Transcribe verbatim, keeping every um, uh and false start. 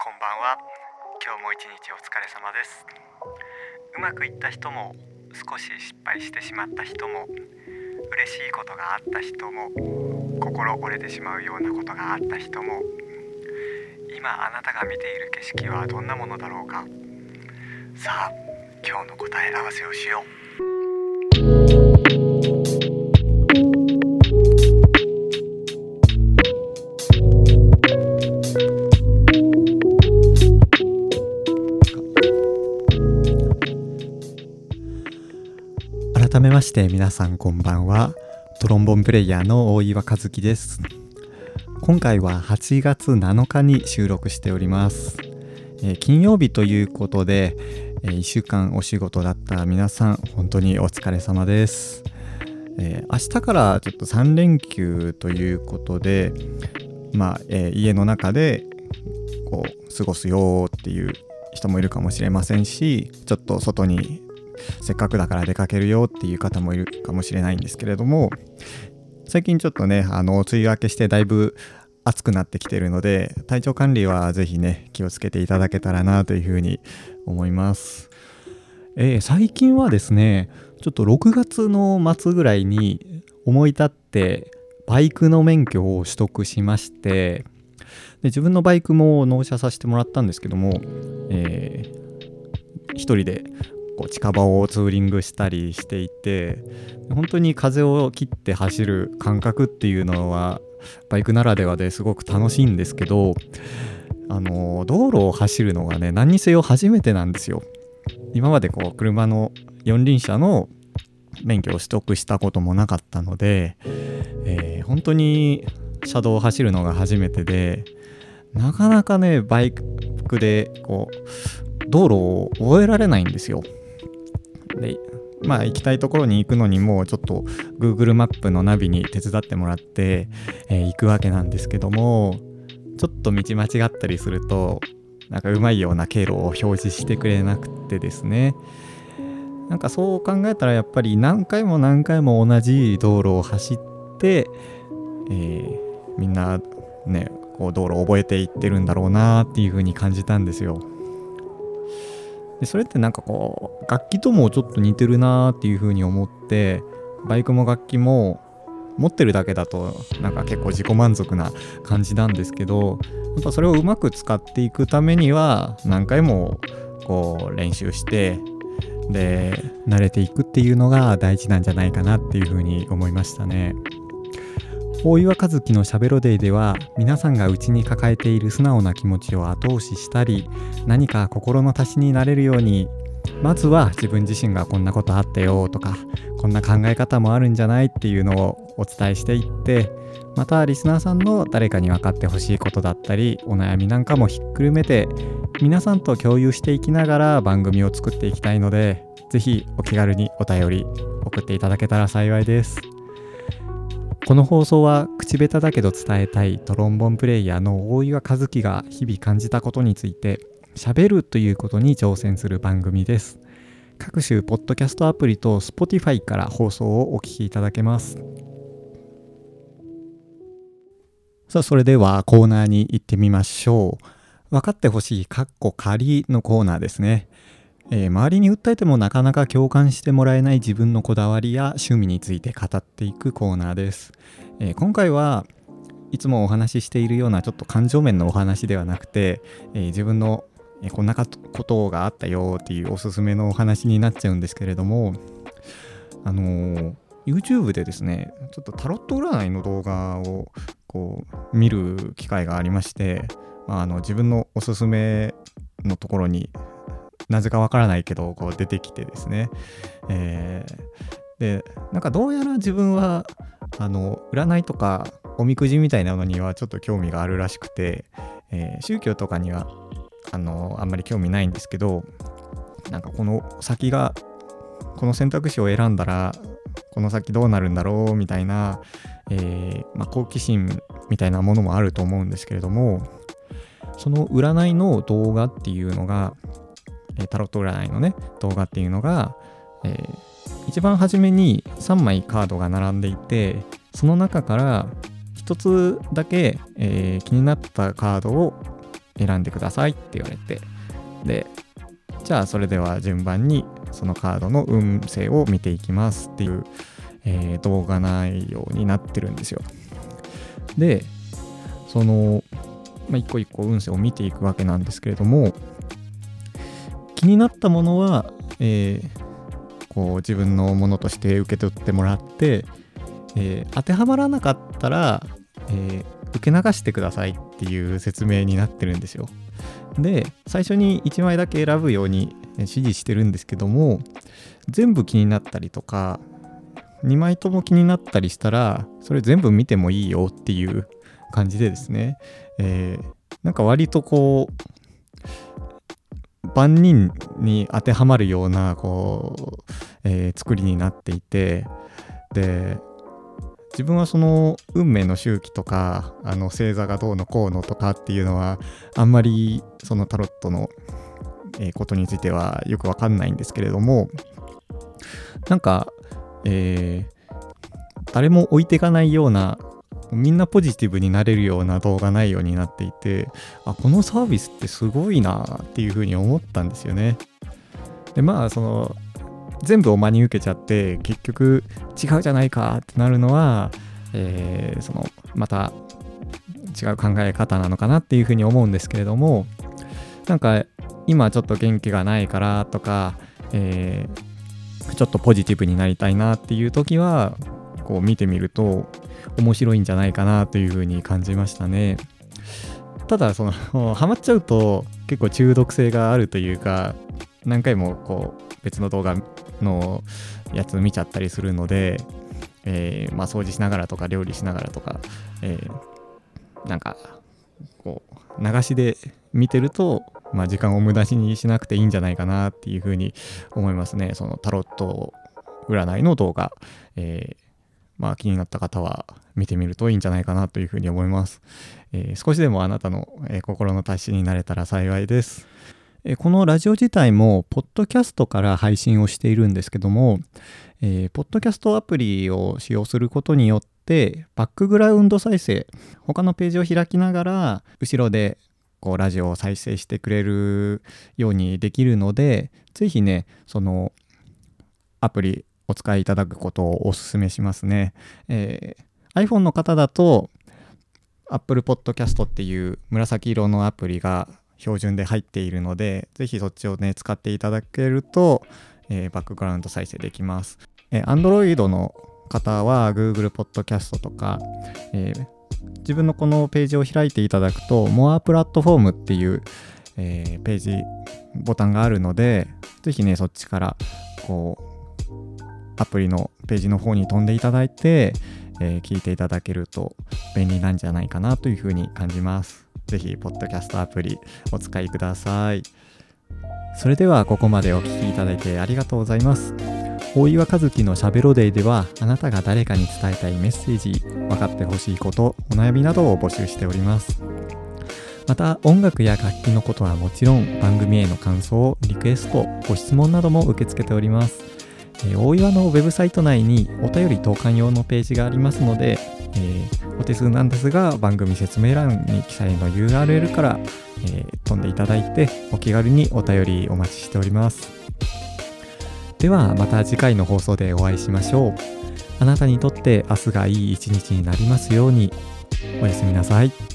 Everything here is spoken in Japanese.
こんばんは。今日も一日お疲れ様です。うまくいった人も、少し失敗してしまった人も、嬉しいことがあった人も、心折れてしまうようなことがあった人も、今あなたが見ている景色はどんなものだろうか。さあ、今日の答え合わせをしよう。 改めまして皆さんこんばんは。トロンボンプレイヤーの大岩和樹です。今回ははちがつなのかに収録しております。えー、金曜日ということで、えー、いっしゅうかんお仕事だった皆さん本当にお疲れ様です。えー、明日からちょっとさんれんきゅうということで、まあえー、家の中でこう過ごすよっていう人もいるかもしれませんし、ちょっと外にせっかくだから出かけるよっていう方もいるかもしれないんですけれども、最近ちょっとねあの梅雨明けしてだいぶ暑くなってきているので、体調管理はぜひね気をつけていただけたらなというふうに思います。えー、最近はですねちょっとろくがつの末ぐらいに思い立ってバイクの免許を取得しまして、で自分のバイクも納車させてもらったんですけども、えー、一人でこう近場をツーリングしたりしていて、本当に風を切って走る感覚っていうのはバイクならではですごく楽しいんですけど、あの道路を走るのがね何にせよ初めてなんですよ。今までこう車の四輪車の免許を取得したこともなかったので、えー、本当に車道を走るのが初めてで、なかなかねバイクでこう道路を覚えられないんですよ。でまあ行きたいところに行くのにもちょっと Google マップのナビに手伝ってもらって、えー、行くわけなんですけども、ちょっと道間違ったりするとなんかうまいような経路を表示してくれなくてですね、なんかそう考えたらやっぱり何回も何回も同じ道路を走って、えー、みんなねこう道路を覚えていってるんだろうなっていう風に感じたんですよ。でそれってなんかこう楽器ともちょっと似てるなっていう風に思って、バイクも楽器も持ってるだけだとなんか結構自己満足な感じなんですけど、やっぱそれをうまく使っていくためには何回もこう練習してで慣れていくっていうのが大事なんじゃないかなっていう風に思いましたね。大岩和樹のしゃべろデイでは、皆さんが内に抱えている素直な気持ちを後押ししたり、何か心の足しになれるように、まずは自分自身がこんなことあったよとか、こんな考え方もあるんじゃないっていうのをお伝えしていって、またリスナーさんの誰かに分かってほしいことだったりお悩みなんかもひっくるめて皆さんと共有していきながら番組を作っていきたいので、ぜひお気軽にお便り送っていただけたら幸いです。この放送は口下手だけど伝えたいトロンボンプレイヤーの大岩和樹が日々感じたことについて喋るということに挑戦する番組です。各種ポッドキャストアプリと Spotify から放送をお聞きいただけます。さあそれではコーナーに行ってみましょう。分かってほしいカッコ仮のコーナーですね。えー、周りに訴えてもなかなか共感してもらえない自分のこだわりや趣味について語っていくコーナーです。えー、今回はいつもお話ししているようなちょっと感情面のお話ではなくて、えー、自分の、えー、こんなことがあったよっていうおすすめのお話になっちゃうんですけれども、あのー、YouTube でですねちょっとタロット占いの動画をこう見る機会がありまして、まあ、あの自分のおすすめのところになぜかわからないけどこう出てきてですね、えー、でなんかどうやら自分はあの占いとかおみくじみたいなのにはちょっと興味があるらしくて、えー、宗教とかにはあのあんまり興味ないんですけど、なんかこの先がこの選択肢を選んだらこの先どうなるんだろうみたいな、えーまあ、好奇心みたいなものもあると思うんですけれども、その占いの動画っていうのがタロット占いのね動画っていうのが、えー、一番初めにさんまいカードが並んでいて、その中からひとつだけ、えー、気になったカードを選んでくださいって言われて、でじゃあそれでは順番にそのカードの運勢を見ていきますっていう、えー、動画内容になってるんですよ。でその、まあ、一個一個運勢を見ていくわけなんですけれども、気になったものは、えー、こう自分のものとして受け取ってもらって、えー、当てはまらなかったら、えー、受け流してくださいっていう説明になってるんですよ。で最初にいちまいだけ選ぶように指示してるんですけども、全部気になったりとかにまいとも気になったりしたらそれ全部見てもいいよっていう感じでですね、えー、なんか割とこう万人に当てはまるようなこう、えー、作りになっていて、で自分はその運命の周期とかあの星座がどうのこうのとかっていうのはあんまりそのタロットの、えー、ことについてはよくわかんないんですけれども、なんか、えー、誰も置いていかないような、みんなポジティブになれるような動画内容になっていて、あこのサービスってすごいなっていうふうに思ったんですよね。でまあその全部を真に受けちゃって結局違うじゃないかってなるのは、えー、そのまた違う考え方なのかなっていうふうに思うんですけれども、なんか今ちょっと元気がないからとか、えー、ちょっとポジティブになりたいなっていう時はこう見てみると面白いんじゃないかなというふうに感じましたね。ただそのハマっちゃうと結構中毒性があるというか、何回もこう別の動画のやつ見ちゃったりするので、えー、まあ掃除しながらとか料理しながらとか、えー、なんかこう流しで見てると、まあ、時間を無駄にしなくていいんじゃないかなっていうふうに思いますね。そのタロット占いの動画、えー、まあ気になった方は見てみるといいんじゃないかなというふうに思います。えー、少しでもあなたの、えー、心の足しになれたら幸いです。このラジオ自体もポッドキャストから配信をしているんですけども、えー、ポッドキャストアプリを使用することによってバックグラウンド再生、他のページを開きながら後ろでこうラジオを再生してくれるようにできるので、ぜひねそのアプリお使いいただくことをお勧めしますね。えー、iPhone の方だと Apple Podcast っていう紫色のアプリが標準で入っているので、ぜひそっちをね使っていただけると、えー、バックグラウンド再生できます。えー、Android の方は Google Podcast とか、えー、自分のこのページを開いていただくと More Platform っていう、えー、ページボタンがあるので、ぜひねそっちからこうアプリのページの方に飛んでいただいて、えー、聞いていただけると便利なんじゃないかなというふうに感じます。ぜひポッドキャストアプリお使いください。それではここまでお聞きいただいてありがとうございます。大岩和樹のしゃべろデイでは、あなたが誰かに伝えたいメッセージ、分かってほしいこと、お悩みなどを募集しております。また音楽や楽器のことはもちろん、番組への感想、リクエスト、ご質問なども受け付けております。えー、大岩のウェブサイト内にお便り投函用のページがありますので、えー、お手数なんですが番組説明欄に記載の ユーアールエル から、えー、飛んでいただいてお気軽にお便りお待ちしております。ではまた次回の放送でお会いしましょう。あなたにとって明日がいい一日になりますように。おやすみなさい。